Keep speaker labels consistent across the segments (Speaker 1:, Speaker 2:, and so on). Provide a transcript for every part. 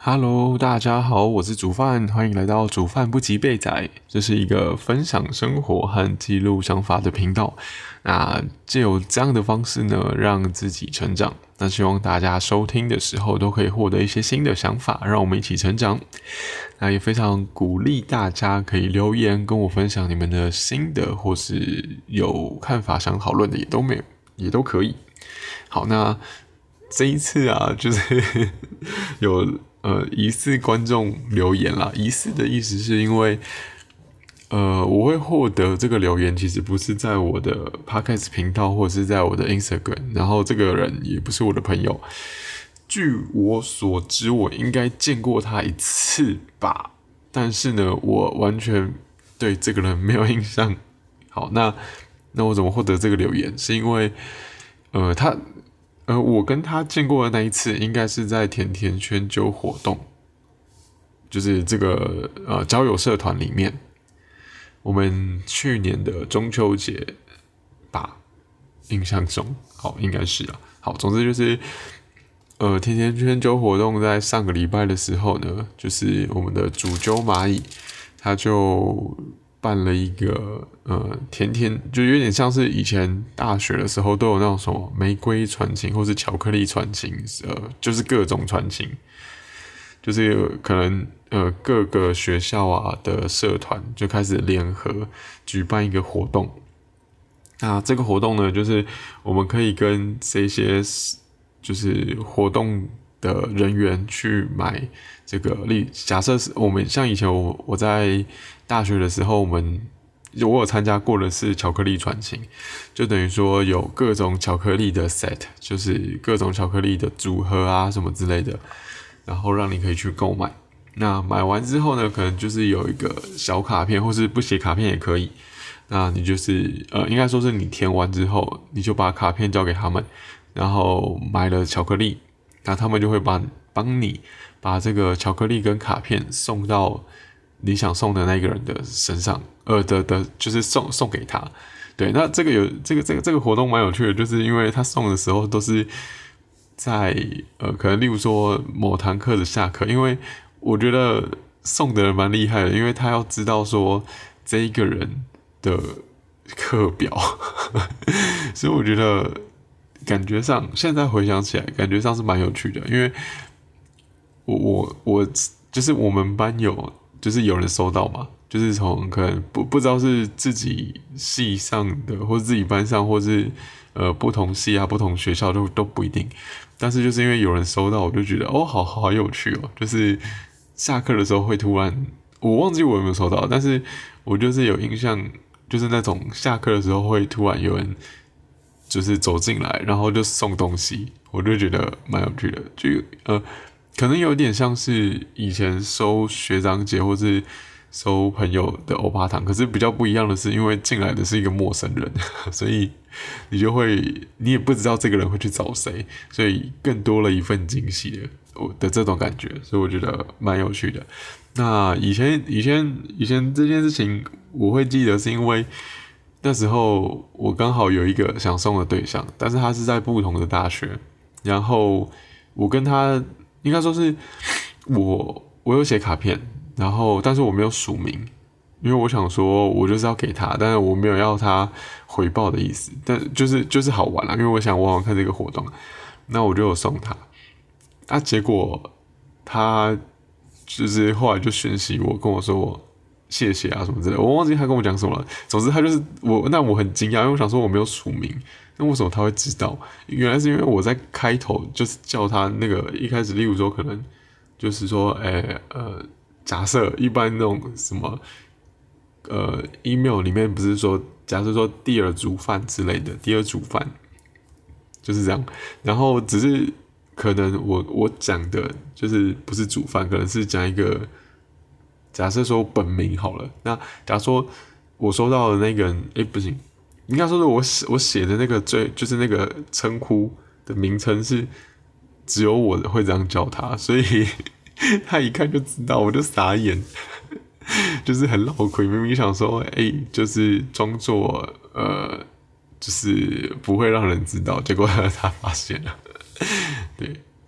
Speaker 1: Hello，大家好，我是煮饭，欢迎来到煮饭不及备仔。这是一个分享生活和记录想法的频道。那借由这样的方式呢，让自己成长。那希望大家收听的时候都可以获得一些新的想法，让我们一起成长。那也非常鼓励大家可以留言跟我分享你们的心得，或是有看法想讨论的也都可以。好，那这一次啊，就是有疑似观众留言啦。疑似的意思是因为我会获得这个留言，其实不是在我的 Podcast 频道，或者是在我的 Instagram， 然后这个人也不是我的朋友。据我所知，我应该见过他一次吧，但是呢，我完全对这个人没有印象。好，那我怎么获得这个留言？是因为我跟他见过的那一次，应该是在甜甜圈揪活动，就是这个交友社团里面，我们去年的中秋节吧，印象中，好，应该是啊。好，总之就是甜甜圈揪活动在上个礼拜的时候呢，就是我们的主揪蚂蚁，他就办了一个甜甜，就有点像是以前大学的时候都有那种什么玫瑰传情或是巧克力传情，就是各种传情，就是可能各个学校啊的社团就开始联合举办一个活动。那这个活动呢，就是我们可以跟这些就是活动的人员去买这个假设是我们像以前我在大学的时候，我有参加过的是巧克力传情，就等于说有各种巧克力的 set， 就是各种巧克力的组合啊什么之类的，然后让你可以去购买。那买完之后呢，可能就是有一个小卡片，或是不写卡片也可以。那你就是应该说是你填完之后，你就把卡片交给他们，然后买了巧克力，那他们就会帮你把这个巧克力跟卡片送到你想送的那个人的身上，就是送给他。对，那这个活动蛮有趣的，就是因为他送的时候都是在可能例如说某堂课的下课，因为我觉得送的人蛮厉害的，因为他要知道说这一个人的课表，所以我觉得感觉上现在回想起来，感觉上是蛮有趣的，因为我就是我们班就是有人收到嘛，就是从可能不知道是自己系上的，或是自己班上，或是不同系啊、不同学校都不一定，但是就是因为有人收到，我就觉得好有趣哦，就是下课的时候会突然，我忘记我有没有收到，但是我就是有印象，就是那种下课的时候会突然有人就是走进来，然后就送东西，我就觉得蛮有趣的，可能有点像是以前收学长姐或是收朋友的欧巴糖，可是比较不一样的是，因为进来的是一个陌生人，所以你也不知道这个人会去找谁，所以更多了一份惊喜的这种感觉，所以我觉得蛮有趣的。那以前这件事情我会记得，是因为那时候我刚好有一个想送的对象，但是他是在不同的大学，然后我跟他应该说是我有写卡片，然后但是我没有署名，因为我想说我就是要给他，但是我没有要他回报的意思，但就是好玩啦，因为我想玩玩看这个活动，那我就有送他，结果他就是后来就讯息我跟我说谢谢啊什么之类的，我忘记他跟我讲什么了。总之他就是我很惊讶，因为我想说我没有署名，那为什么他会知道？原来是因为我在开头就是叫他那个一开始，例如说可能就是说，假设一般那种什么email 里面不是说，假设说第二煮饭之类的，第二煮饭就是这样，然后只是可能我讲的就是不是煮饭，可能是讲一个。假设说本名好了，那假如说我收到的那个人，不行，应该说是我写的那个就是那个称呼的名称是只有我会这样叫他，所以他一看就知道，我就傻眼，就是很老亏，明明想说，就是装作就是不会让人知道，结果他发现了，对。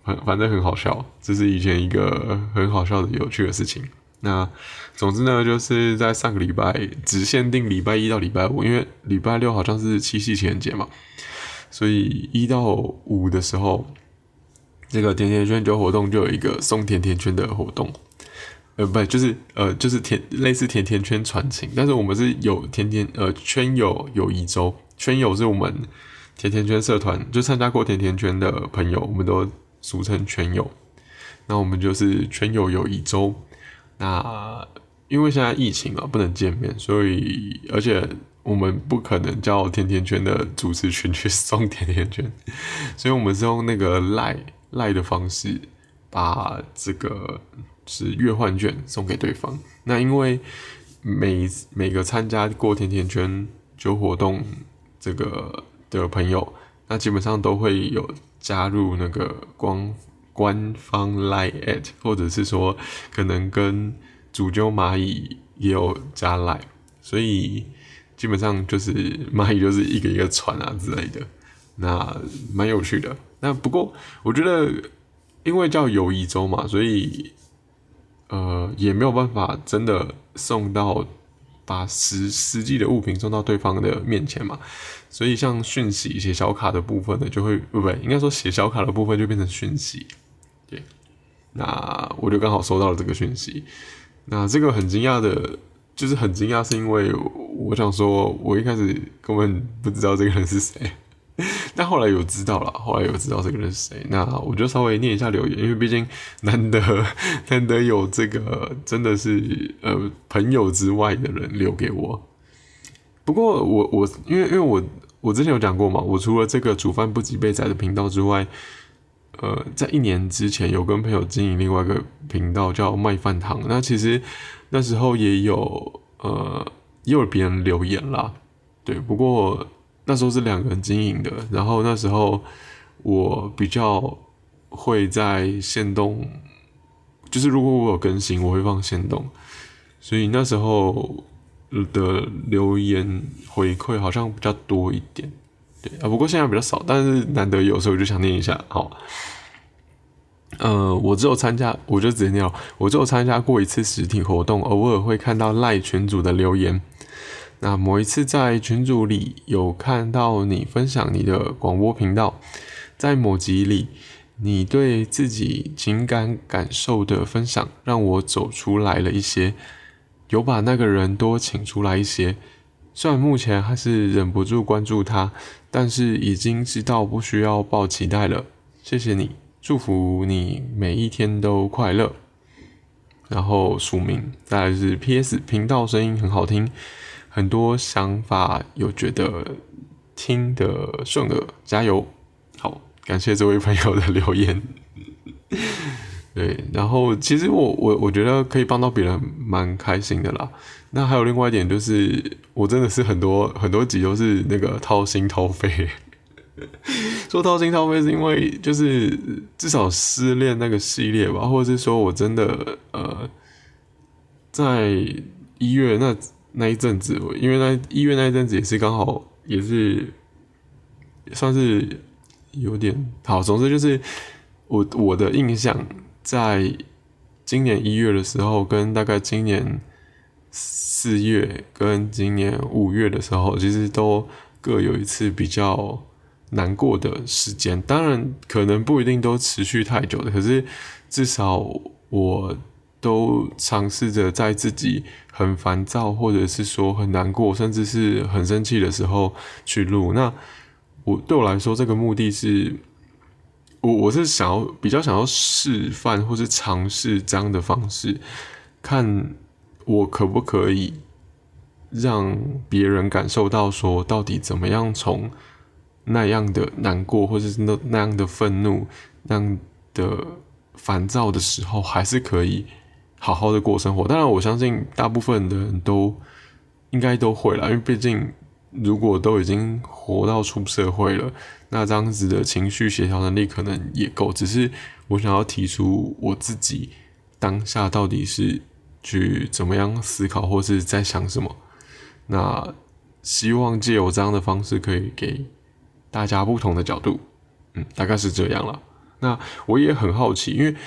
Speaker 1: 反正很好笑，这是以前一个很好笑的有趣的事情。那总之呢，就是在上个礼拜只限定礼拜一到礼拜五，因为礼拜六好像是七夕情人节嘛，所以1到5的时候，这个甜甜圈酒活动就有一个送甜甜圈的活动。不就是类似甜甜圈传情，但是我们是有圈友友谊周，圈友是我们甜甜圈社团就参加过甜甜圈的朋友，我们都俗称圈友。那我们就是圈友友谊周。那因为现在疫情嘛，不能见面，所以而且我们不可能叫甜甜圈的主持群去送甜甜圈，所以我们是用那个赖的方式把这个是月换券送给对方。那因为每个参加过甜甜圈酒活动这个的朋友，那基本上都会有加入那个官方 Line@ 或者是说可能跟主揪蚂蚁也有加 Line， 所以基本上就是蚂蚁就是一个一个传啊之类的，那蛮有趣的。那不过我觉得因为叫友谊周嘛，所以也没有办法真的送到把实际的物品送到对方的面前嘛，所以像讯息写小卡的部分呢，就会不应该说写小卡的部分就变成讯息。对，那我就刚好收到了这个讯息。那这个很惊讶的，就是很惊讶，是因为我想说，我一开始根本不知道这个人是谁，但后来有知道这个人是谁。那我就稍微念一下留言，因为毕竟难得有这个真的是朋友之外的人留给我。不过因为我之前有讲过嘛，我除了这个煮饭不及被宰的频道之外，在1年之前有跟朋友经营另外一个频道叫麦饭堂。那其实那时候也有别人留言啦，对，不过那时候是2个人经营的，然后那时候我比较会在限动，就是如果我有更新，我会放限动，所以那时候的留言回馈好像比较多一点。对啊，不过现在比较少，但是难得有，所以我就想念一下。好，我只有参加过一次实体活动，偶尔会看到赖群组的留言。那某一次在群组里有看到你分享你的广播频道，在某集里你对自己情感感受的分享，让我走出来了一些，有把那个人多请出来一些。虽然目前还是忍不住关注他，但是已经知道不需要抱期待了。谢谢你，祝福你每一天都快乐。然后署名，再来是 PS 频道声音很好听，很多想法有觉得听得顺耳，加油！好，感谢这位朋友的留言。对，然后其实我觉得可以帮到别人，蛮开心的啦。那还有另外一点就是，我真的是很多集都是那个掏心掏肺。说掏心掏肺是因为就是至少失恋那个系列吧，或者是说我真的在1月那一阵子，因为1月那一阵子也是刚好也是算是有点好，总之就是我的印象，在今年1月的时候，跟大概今年4月跟今年5月的时候，其实都各有一次比较难过的时间。当然可能不一定都持续太久的，可是至少我都尝试着在自己很烦躁，或者是说很难过，甚至是很生气的时候去录。那对我来说，这个目的是我是比较想要示范或是尝试这样的方式，看我可不可以让别人感受到说，到底怎么样从那样的难过，或者是那样的愤怒，那样的烦躁的时候，还是可以好好的过生活。当然我相信大部分的人应该都会啦，因为毕竟如果都已经活到出社会了，那这样子的情绪协调能力可能也够。只是我想要提出我自己当下到底是去怎么样思考，或是在想什么。那希望借由这样的方式可以给大家不同的角度，大概是这样啦。 那我也很好奇，因为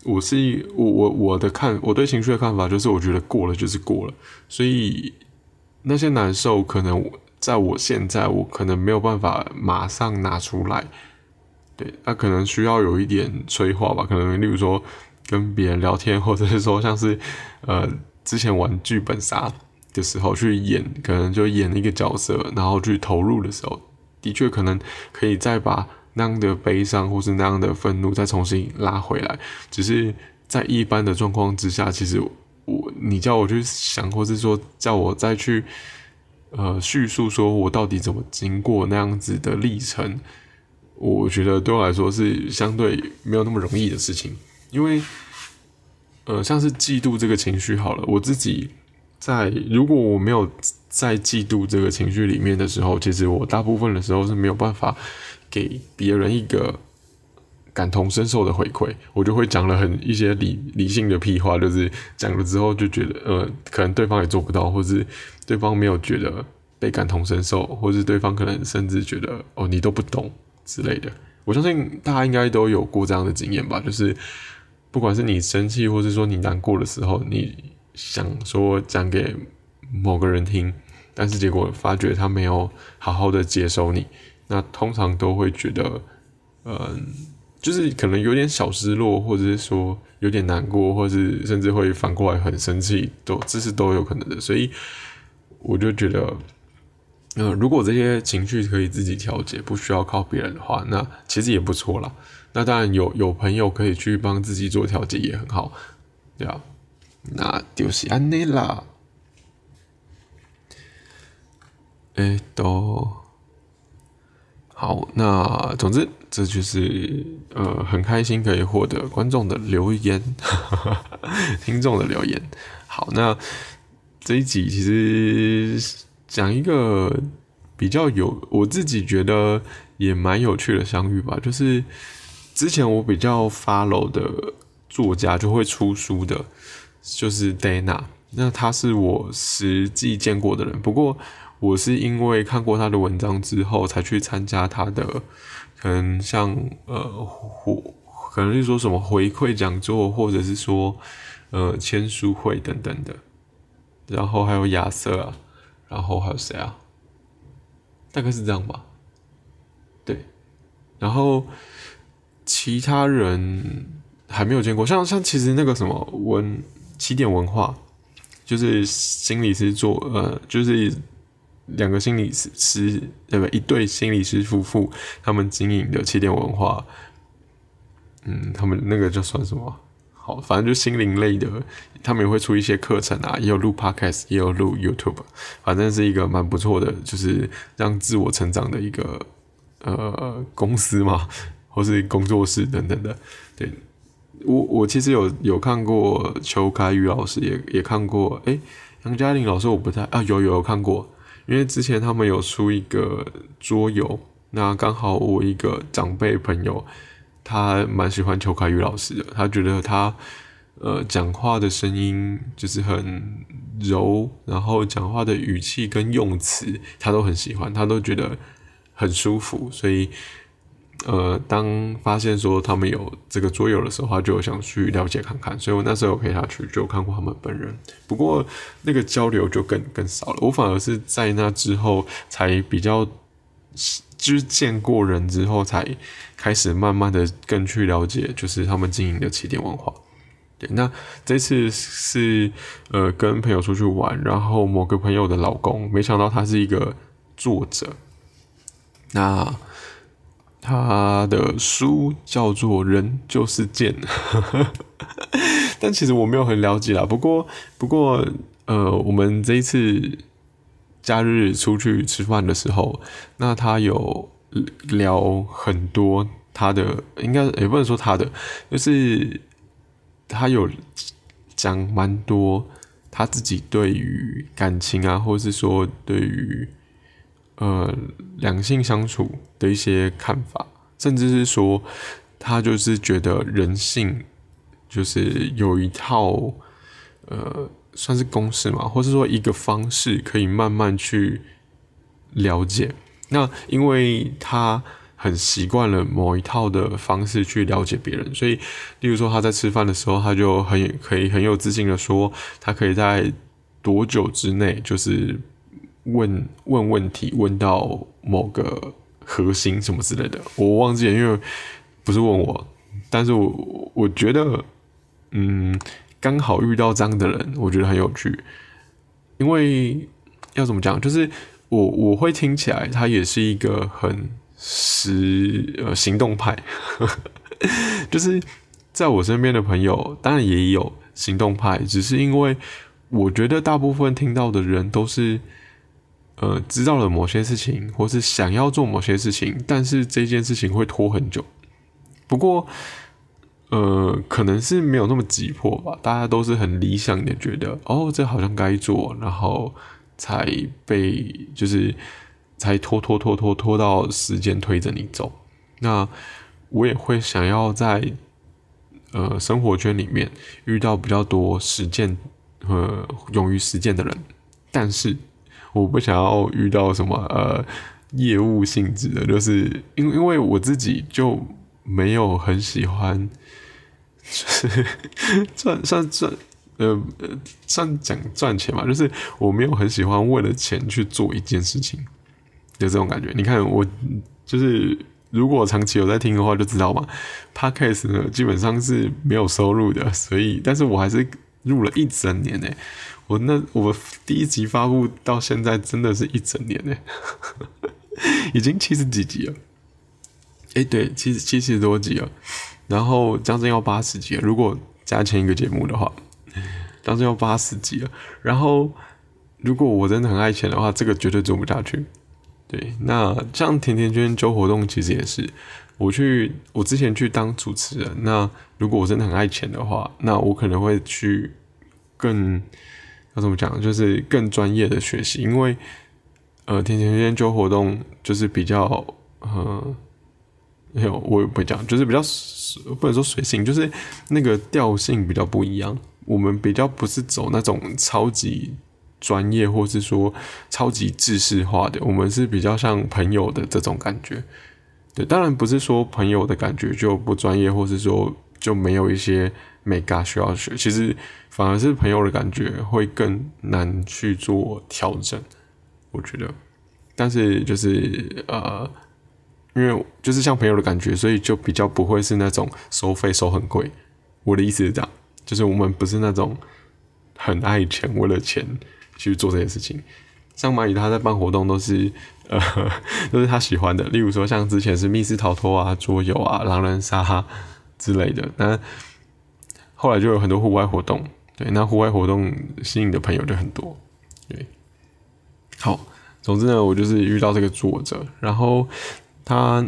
Speaker 1: 我对情绪的看法就是，我觉得过了就是过了，所以那些难受可能在我现在我可能没有办法马上拿出来，对，那可能需要有一点催化吧，可能例如说跟别人聊天，或者是说像是之前玩剧本杀的时候去演，可能就演一个角色，然后去投入的时候，的确可能可以再把那样的悲伤或是那样的愤怒再重新拉回来。只是在一般的状况之下，其实你叫我去想，或是说叫我再去叙述说我到底怎么经过那样子的历程，我觉得对我来说是相对没有那么容易的事情。因为像是嫉妒这个情绪好了，我自己如果我没有在嫉妒这个情绪里面的时候，其实我大部分的时候是没有办法给别人一个感同身受的回馈，我就会讲了一些理性的屁话，就是讲了之后就觉得可能对方也做不到，或是对方没有觉得被感同身受，或是对方可能甚至觉得你都不懂之类的。我相信大家应该都有过这样的经验吧，就是不管是你生气，或是说你难过的时候，你想说讲给某个人听，但是结果发觉他没有好好的接收你，那通常都会觉得就是可能有点小失落，或者是说有点难过，或是甚至会反过来很生气，这是都有可能的。所以我就觉得如果这些情绪可以自己调节，不需要靠别人的话，那其实也不错啦。那当然有朋友可以去帮自己做调节也很好，对啊。那就是这样啦。好，那总之这就是很开心可以获得观众的留言，听众的留言。好，那这一集其实讲一个比较我自己觉得也蛮有趣的相遇吧，就是之前我比较 follow 的作家就会出书的，就是 Dana。那他是我实际见过的人，不过我是因为看过他的文章之后才去参加他的，可能像可能是说什么回馈讲座，或者是说签书会等等的，然后还有亚瑟啊，然后还有谁啊？大概是这样吧。对，然后其他人还没有见过，像其实那个什么起点文化，就是心理师就是两个心理师一对心理师夫妇，他们经营的起点文化，他们那个就算什么？好，反正就心灵类的，他们也会出一些课程啊，也有录 podcast， 也有录 YouTube， 反正是一个蛮不错的，就是让自我成长的一个公司嘛，或是工作室等等的。对，我其实有看过邱开宇老师，也看过，杨嘉玲老师我不太有看过，因为之前他们有出一个桌游，那刚好我一个长辈朋友，他蛮喜欢邱开宇老师的，他觉得他讲话的声音就是很柔，然后讲话的语气跟用词他都很喜欢，他都觉得很舒服，所以当发现说他们有这个桌游的时候，他就想去了解看看，所以我那时候有陪他去，就看过他们本人。不过那个交流就更少了，我反而是在那之后才比较，就是见过人之后才开始慢慢的更去了解，就是他们经营的起点文化。对，那这次是跟朋友出去玩，然后某个朋友的老公，没想到他是一个作者，那他的书叫做《人就是贱》，但其实我没有很了解啦。不过，我们这一次假日出去吃饭的时候，那他有聊很多他的，应该也不能说他的，就是他有讲蛮多他自己对于感情啊，或是说对于两性相处的一些看法，甚至是说他就是觉得人性就是有一套算是公式嘛，或是说一个方式可以慢慢去了解。那因为他很习惯了某一套的方式去了解别人，所以，例如说他在吃饭的时候，他就可以很有自信的说，他可以在多久之内，就是问问题，问到某个核心什么之类的，我忘记了，因为不是问我，但是我觉得，刚好遇到这样的人，我觉得很有趣，因为要怎么讲，就是我会听起来他也是一个很行动派，就是在我身边的朋友，当然也有行动派，只是因为我觉得大部分听到的人都是知道了某些事情，或是想要做某些事情，但是这件事情会拖很久。不过可能是没有那么急迫吧，大家都是很理想的觉得，哦，这好像该做，然后才才拖到时间推着你走。那我也会想要在生活圈里面遇到比较多勇于实践的人，但是我不想要遇到什么业务性质的，就是因为我自己就没有很喜欢，就是算讲赚钱嘛，就是我没有很喜欢为了钱去做一件事情的这种感觉。你看我就是如果长期有在听的话就知道嘛 ，Podcast 呢基本上是没有收入的，所以但是我还是录了一整年欸。我第一集发布到现在真的是一整年欸，已经70几集了。对，70多集了，然后将近要80集了。如果加前一个节目的话，将近要80集了。然后如果我真的很爱钱的话，这个绝对做不下去。对，那像甜甜圈揪活动其实也是，我之前去当主持人，那如果我真的很爱钱的话，那我可能会去要怎么讲，就是更专业的学习，因为甜甜圈揪活动就是比较我也不会讲，就是比较不能说随性，就是那个调性比较不一样。我们比较不是走那种超级专业，或是说超级制式化的，我们是比较像朋友的这种感觉。对，当然不是说朋友的感觉就不专业，或是说就没有一些美感需要学。其实反而是朋友的感觉会更难去做调整，我觉得。但是就是因为就是像朋友的感觉，所以就比较不会是那种收费收很贵。我的意思是这样，就是我们不是那种很爱钱，为了钱去做这些事情。像蚂蚁他在办活动都是他喜欢的，例如说像之前是密室逃脱啊、桌游啊、狼人杀之类的。那后来就有很多户外活动，对，那户外活动吸引的朋友就很多。对，好，总之呢，我就是遇到这个作者，然后他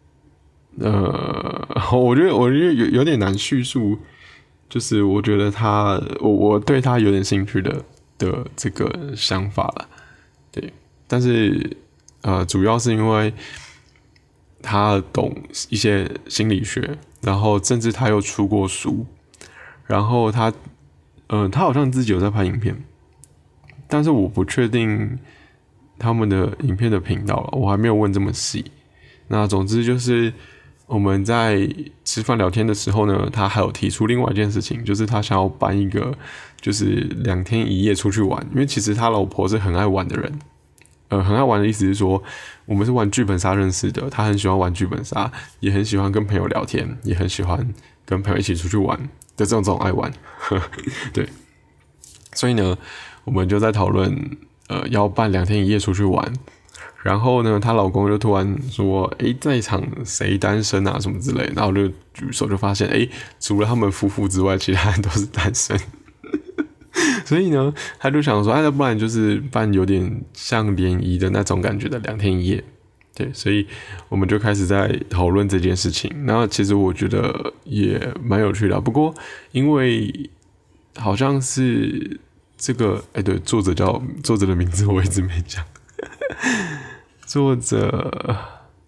Speaker 1: 我觉得有点难叙述，就是我觉得我对他有点兴趣的这个想法了，对，但是主要是因为他懂一些心理学，然后甚至他又出过书，然后他好像自己有在拍影片，但是我不确定他们的影片的频道了，我还没有问这么细。那总之就是我们在吃饭聊天的时候呢，他还有提出另外一件事情，就是他想要办一个就是2天1夜出去玩，因为其实他老婆是很爱玩的人，很爱玩的意思是说，我们是玩剧本杀认识的，他很喜欢玩剧本杀，也很喜欢跟朋友聊天，也很喜欢跟朋友一起出去玩的这种爱玩，对，所以呢，我们就在讨论要办2天1夜出去玩。然后呢，她老公就突然说：“在场谁单身啊？什么之类的。”然后就举手就发现，除了他们夫妇之外，其他人都是单身。所以呢，他就想说：“要不然就是办有点像联谊的那种感觉的2天1夜。”对，所以我们就开始在讨论这件事情。那其实我觉得也蛮有趣的，不过因为好像是这个，对，作者的名字我一直没讲。作者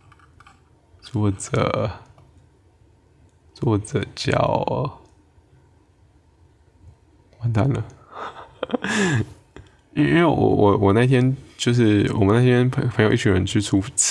Speaker 1: 叫，完蛋了，因为我那天就是我们那天朋友一群人去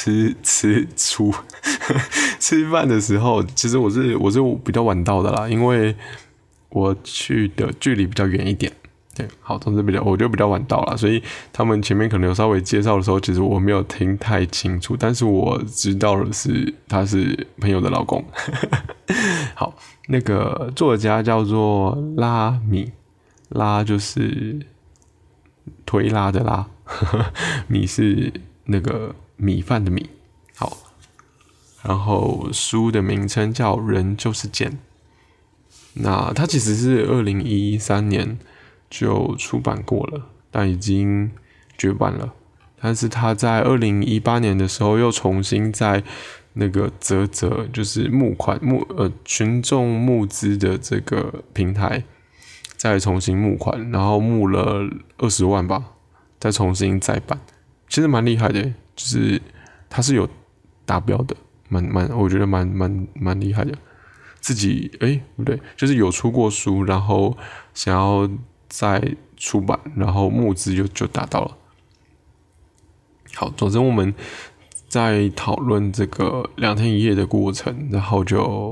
Speaker 1: 吃饭的时候，其实我是比较晚到的啦，因为我去的距离比较远一点。对，好，总之我就比较晚到了，所以他们前面可能有稍微介绍的时候，其实我没有听太清楚，但是我知道的是他是朋友的老公。好，那个作家叫做拉米，拉就是推拉的拉，米是那个米饭的米。好，然后书的名称叫《人就是剑》，那它其实是2013年就出版过了，但已经绝版了。但是他在2018年的时候又重新在那个就是群众募资的这个平台再重新募款，然后募了20万吧，再重新再版，其实蛮厉害的，就是他是有达标的，我觉得蛮厉害的。自己不对，就是有出过书，然后想要再出版，然后募资就达到了。好，总之我们在讨论这个2天1夜的过程，然后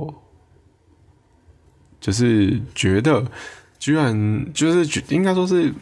Speaker 1: 就是觉得居然就是应该说是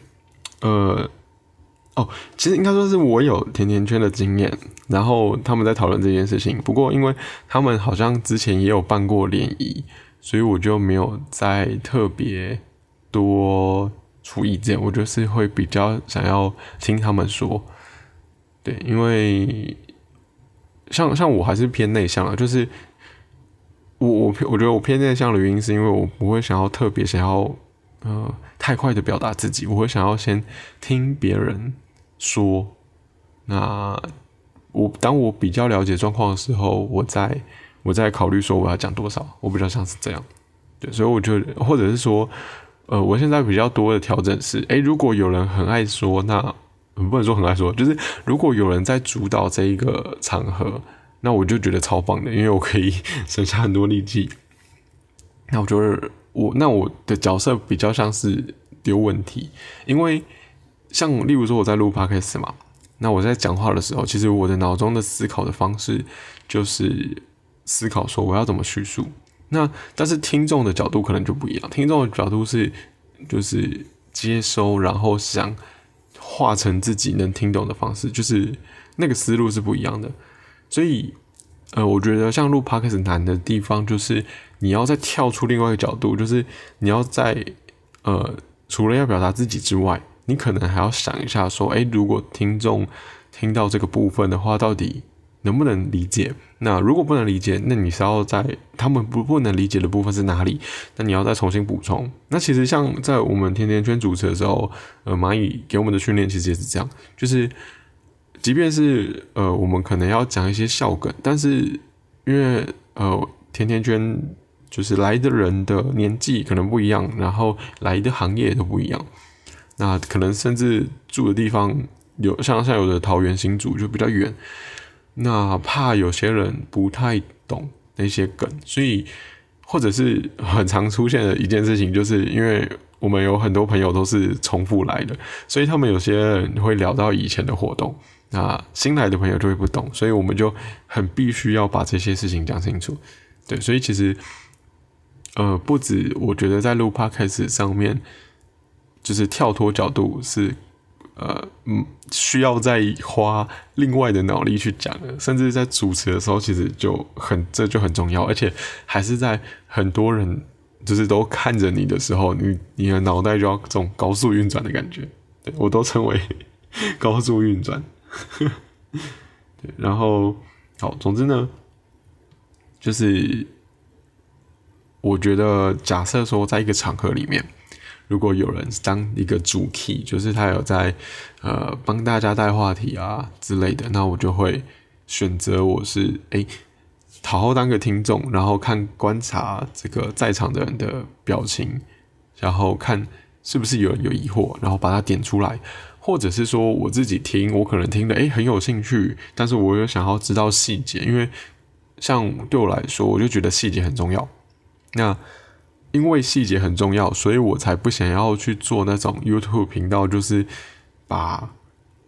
Speaker 1: 其实应该说是我有甜甜圈的经验，然后他们在讨论这件事情。不过因为他们好像之前也有办过联谊，所以我就没有再特别多出意见。我就是会比较想要听他们说，对，因为像我还是偏内向了，就是我觉得我偏内向的原因是因为我不会想要特别想要太快的表达自己，我会想要先听别人说。那当我比较了解状况的时候，我再考虑说我要讲多少，我比较像是这样。对，所以我觉得，或者是说，我现在比较多的调整是，如果有人很爱说，那不能说很爱说，就是如果有人在主导这一个场合，那我就觉得超棒的，因为我可以省下很多力气。那我觉得我的角色比较像是丢问题，因为像例如说我在录 podcast 嘛，那我在讲话的时候，其实我的脑中的思考的方式就是思考说我要怎么叙述。那但是听众的角度可能就不一样，听众的角度是就是接收，然后想化成自己能听懂的方式，就是那个思路是不一样的。所以我觉得像录 podcast 难的地方就是你要再跳出另外一个角度，就是你要在除了要表达自己之外，你可能还要想一下说，如果听众听到这个部分的话，到底能不能理解？那如果不能理解，那你是要在他们不能理解的部分是哪里？那你要再重新补充。那其实像在我们甜甜圈主持的时候，蚂蚁给我们的训练其实也是这样，就是即便是我们可能要讲一些笑梗，但是因为甜甜圈就是来的人的年纪可能不一样，然后来的行业都不一样，那可能甚至住的地方像有的桃园新竹就比较远，那怕有些人不太懂那些梗，所以或者是很常出现的一件事情，就是因为我们有很多朋友都是重复来的，所以他们有些人会聊到以前的活动，那新来的朋友就会不懂，所以我们就很必须要把这些事情讲清楚。对，所以其实不止我觉得在录 podcast 上面就是跳脱角度是需要再花另外的脑力去讲的，甚至在主持的时候其实这就很重要，而且还是在很多人就是都看着你的时候，你的脑袋就要这种高速运转的感觉，对，我都称为高速运转。对，然后好，总之呢，就是我觉得假设说在一个场合里面，如果有人当一个主 key， 就是他有在帮大家带话题啊之类的，那我就会选择我是好好当个听众，然后观察这个在场的人的表情，然后看是不是有人有疑惑，然后把它点出来，或者是说我自己听，我可能听的很有兴趣，但是我又想要知道细节，因为像对我来说，我就觉得细节很重要。那因为细节很重要，所以我才不想要去做那种 YouTube 频道，就是把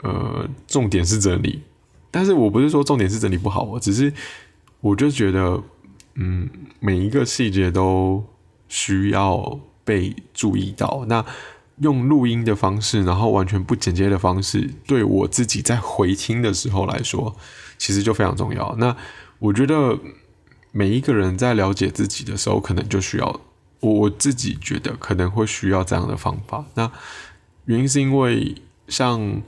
Speaker 1: 重点是整理，但是我不是说重点是整理不好，只是我就觉得每一个细节都需要被注意到。那用录音的方式，然后完全不剪接的方式，对我自己在回听的时候来说，其实就非常重要。那我觉得每一个人在了解自己的时候，可能就需要，我自己觉得可能会需要这样的方法。那原因是因为像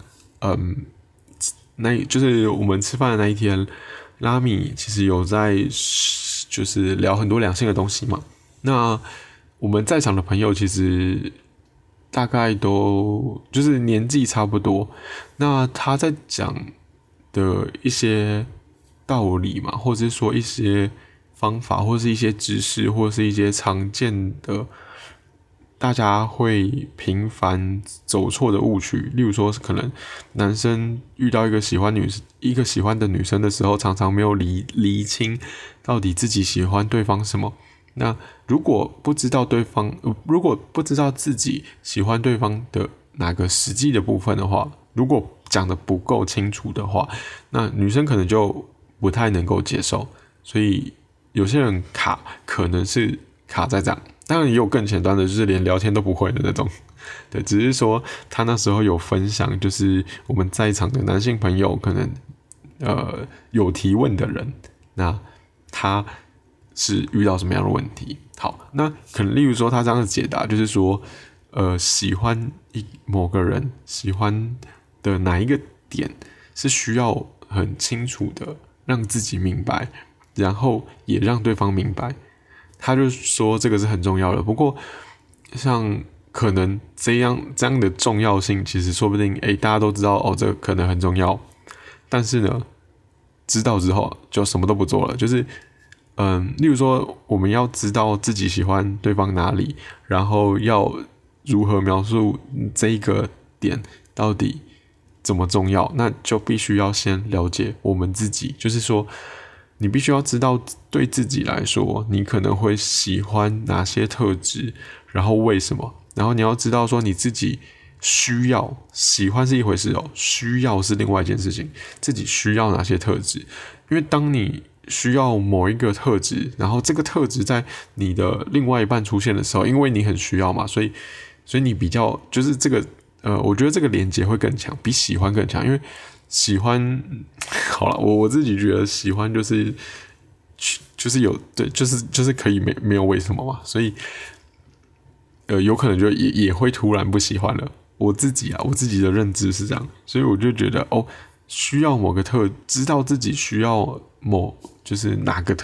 Speaker 1: 就是我们吃饭的那一天，拉米其实有在就是聊很多两性的东西嘛。那我们在场的朋友其实大概都就是年纪差不多，那他在讲的一些道理嘛，或者是说一些方法，或是一些知识，或是一些常见的大家会频繁走错的误区，例如说可能男生遇到一个喜欢的女生的时候，常常没有厘清到底自己喜欢对方什么。那如果不知道自己喜欢对方的哪个实际的部分的话，如果讲得不够清楚的话，那女生可能就不太能够接受。所以有些人可能是卡在这样，当然也有更前端的，就是连聊天都不会的那种。对，只是说他那时候有分享，就是我们在场的男性朋友可能有提问的人，那他是遇到什么样的问题？好，那可能例如说他这样的解答就是说，喜欢某个人，喜欢的哪一个点是需要很清楚的让自己明白，然后也让对方明白。他就说这个是很重要的。不过像可能这样的重要性，其实说不定大家都知道这个可能很重要，但是呢，知道之后就什么都不做了，就是例如说我们要知道自己喜欢对方哪里，然后要如何描述这一个点到底怎么重要，那就必须要先了解我们自己，就是说你必须要知道对自己来说你可能会喜欢哪些特质，然后为什么，然后你要知道说你自己需要，喜欢是一回事需要是另外一件事情，自己需要哪些特质。因为当你需要某一个特质，然后这个特质在你的另外一半出现的时候，因为你很需要嘛，所以你比较就是这个我觉得这个连结会更强，比喜欢更强。因为喜欢好了，我自己觉得喜欢就是有对，就是可以没有为什么嘛，所以有可能就也会突然不喜欢了。我自己的认知是这样，所以我就觉得需要某个知道自己需要就是哪个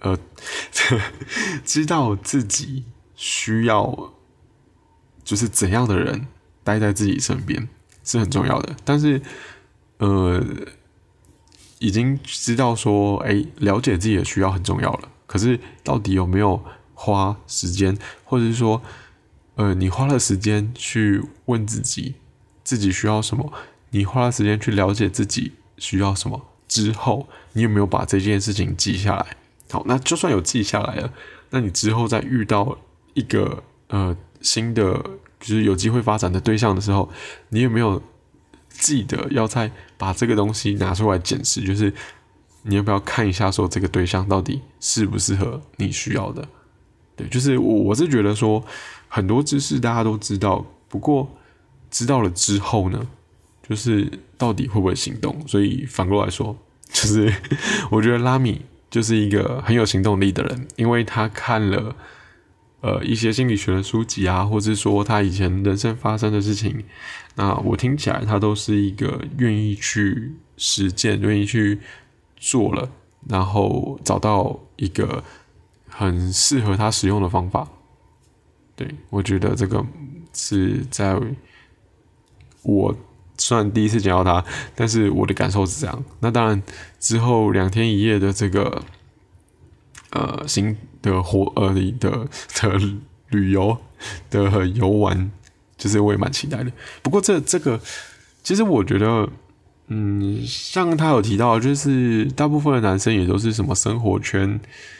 Speaker 1: 知道自己需要就是怎样的人待在自己身边是很重要的。但是已经知道说了解自己的需要很重要了，可是到底有没有花时间，或者是说你花了时间去问自己需要什么，你花了时间去了解自己需要什么之后，你有没有把这件事情记下来？好，那就算有记下来了，那你之后再遇到一个新的就是有机会发展的对象的时候，你有没有记得要再把这个东西拿出来检视？就是你要不要看一下说这个对象到底适不适合你需要的？对，就是我是觉得说很多知识大家都知道，不过知道了之后呢，就是到底会不会行动？所以反过来说，就是我觉得拉米就是一个很有行动力的人，因为他看了一些心理学的书籍啊，或者说他以前人生发生的事情，那我听起来他都是一个愿意去实践、愿意去做了，然后找到一个很适合他使用的方法。对，我觉得这个是在我虽然第一次见到他，但是我的感受是这样。那当然之后2天1夜的这个新的的旅游的游玩，就是我也蛮期待的。不过这个其实我觉得像他有提到，就是大部分的男生也都是什么生活圈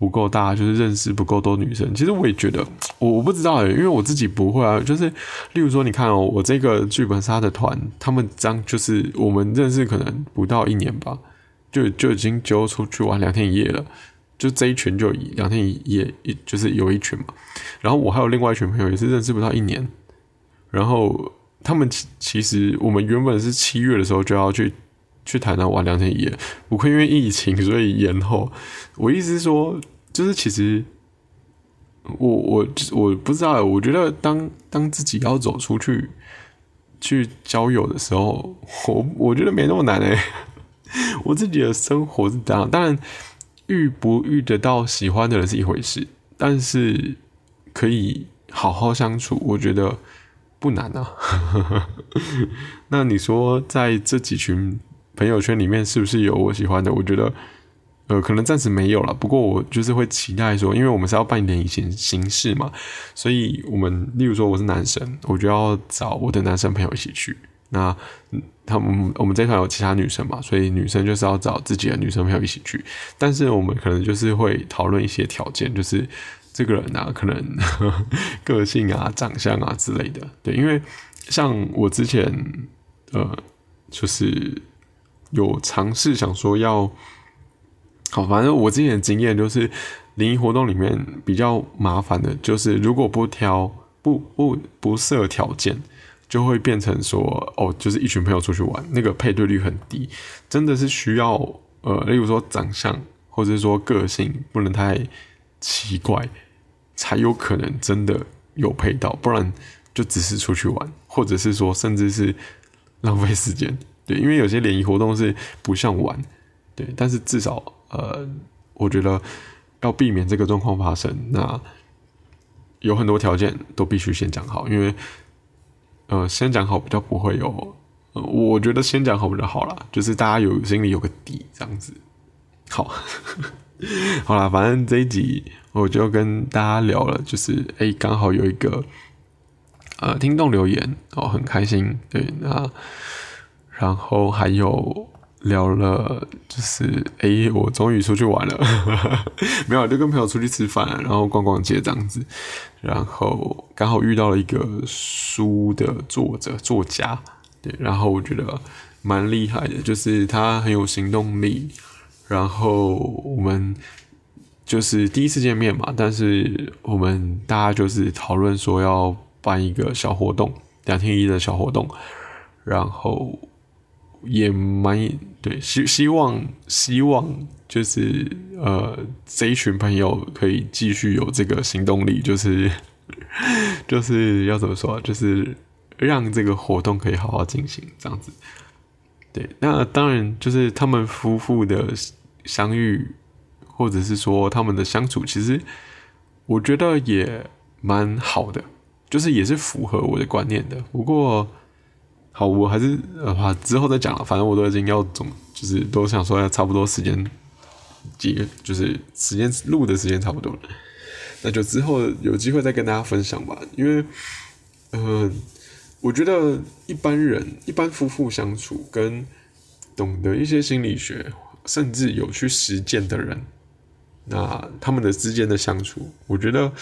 Speaker 1: 不够大，就是认识不够多女生。其实我也觉得，我不知道因为我自己不会啊。就是例如说，你看我这个剧本杀的团，他们这样就是我们认识可能不到1年吧，就已经揪出去玩2天1夜了。就这一群就2天1夜，就是有一群嘛。然后我还有另外一群朋友也是认识不到1年，然后他们其实我们原本是7月的时候就要去台南玩2天1夜，不过因为疫情所以延后。我意思是说，就是其实我不知道，我觉得当自己要走出去交友的时候，我觉得没那么难我自己的生活是这样，当然遇不遇得到喜欢的人是一回事，但是可以好好相处，我觉得不难啊。那你说在这几群朋友圈里面是不是有我喜欢的？我觉得可能暂时没有了，不过我就是会期待说，因为我们是要办联谊形式嘛，所以我们例如说我是男生，我就要找我的男生朋友一起去。那我们这团有其他女生嘛，所以女生就是要找自己的女生朋友一起去。但是我们可能就是会讨论一些条件，就是这个人啊，可能个性啊、长相啊之类的。对，因为像我之前就是有尝试想说好，反正我之前的经验就是联谊活动里面比较麻烦的就是如果不设条件，就会变成说就是一群朋友出去玩，那个配对率很低，真的是需要例如说长相或者是说个性不能太奇怪，才有可能真的有配到，不然就只是出去玩，或者是说甚至是浪费时间。对，因为有些联谊活动是不像玩，对，但是至少我觉得要避免这个状况发生，那有很多条件都必须先讲好，因为先讲好比较不会有我觉得先讲好比较好啦，就是大家心里有个底这样子。好好啦，反正这一集我就跟大家聊了，就是刚好有一个听众留言很开心，对，那然后还有聊了，就是我终于出去玩了没有，就跟朋友出去吃饭，然后逛逛街这样子，然后刚好遇到了一个书的作家，对，然后我觉得蛮厉害的，就是他很有行动力，然后我们就是第一次见面嘛，但是我们大家就是讨论说要办一个小活动，2天1夜的小活动，然后也蛮对，希望就是这一群朋友可以继续有这个行动力，就是要怎么说，就是让这个活动可以好好进行这样子。对，那当然就是他们夫妇的相遇，或者是说他们的相处，其实我觉得也蛮好的，就是也是符合我的观念的。不过好，我还是之后再讲了，反正我都已经就是都想说要差不多时间就是录的时间差不多了，那就之后有机会再跟大家分享吧。因为我觉得一般夫妇相处跟懂得一些心理学，甚至有去实践的人，那他们的之间的相处，我觉得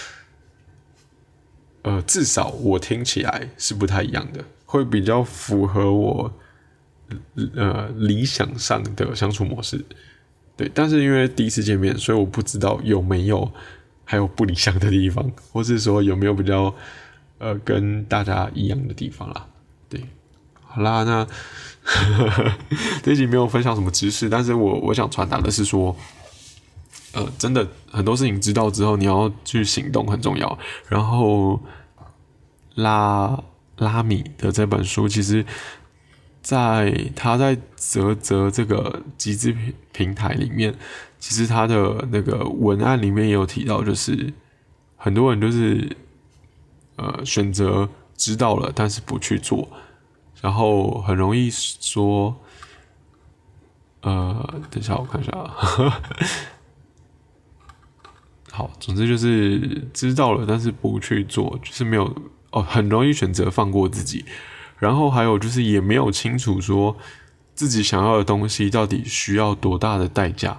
Speaker 1: 至少我听起来是不太一样的，会比较符合我理想上的相处模式。对，但是因为第一次见面，所以我不知道有没有还有不理想的地方，或是说有没有比较跟大家一样的地方啦。对，好啦，那这一集没有分享什么知识，但是我想传达的是说，真的很多事情知道之后，你要去行动很重要。然后拉米的这本书，其实他在泽这个集资平台里面，其实他的那个文案里面也有提到，就是很多人就是选择知道了，但是不去做，然后很容易说，等一下我看一下啊。好，总之就是知道了，但是不去做，就是没有很容易选择放过自己。然后还有就是也没有清楚说自己想要的东西到底需要多大的代价，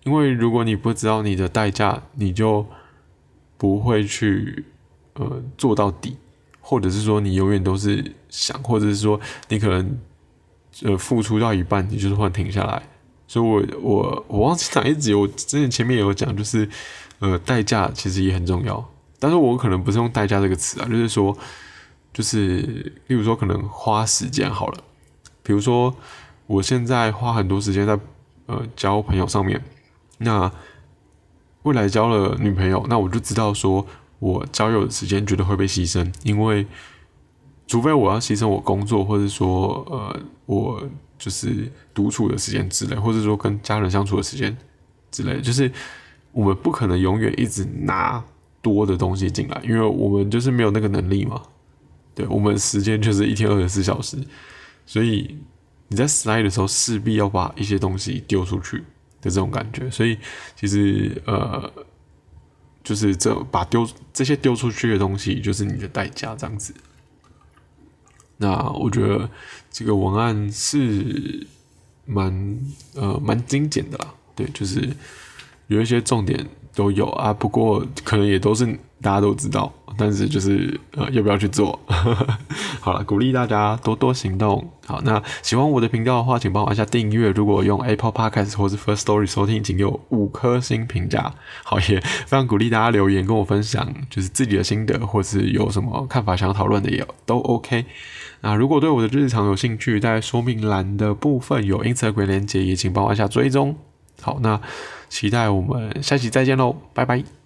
Speaker 1: 因为如果你不知道你的代价，你就不会去做到底，或者是说你永远都是想，或者是说你可能付出到一半，你就是忽然停下来。所以我忘记哪一集，我之前前面有讲，就是代价其实也很重要，但是我可能不是用代价这个词啊，就是说，就是例如说可能花时间好了，比如说我现在花很多时间在交朋友上面，那未来交了女朋友，那我就知道说我交友的时间绝对会被牺牲，因为除非我要牺牲我工作，或者说我就是独处的时间之类，或者说跟家人相处的时间之类，就是我们不可能永远一直拿多的东西进来，因为我们就是没有那个能力嘛。对，我们时间就是一天24小时，所以你在 slide 的时候势必要把一些东西丢出去的这种感觉，所以其实就是把这些丢出去的东西就是你的代价这样子。那我觉得这个文案是蛮精简的啦，对，就是有一些重点都有啊，不过可能也都是大家都知道，但是就是要不要去做？好了，鼓励大家多多行动。好，那喜欢我的频道的话，请帮我按下订阅。如果用 Apple Podcast 或是 First Story 收听，请给我5颗星评价。好，也非常鼓励大家留言跟我分享，就是自己的心得，或是有什么看法想要讨论的也都 OK。那如果对我的日常有兴趣，在说明栏的部分有 Instagram 连结，也请帮我按下追踪。好，那期待我们下期再见喽，拜拜。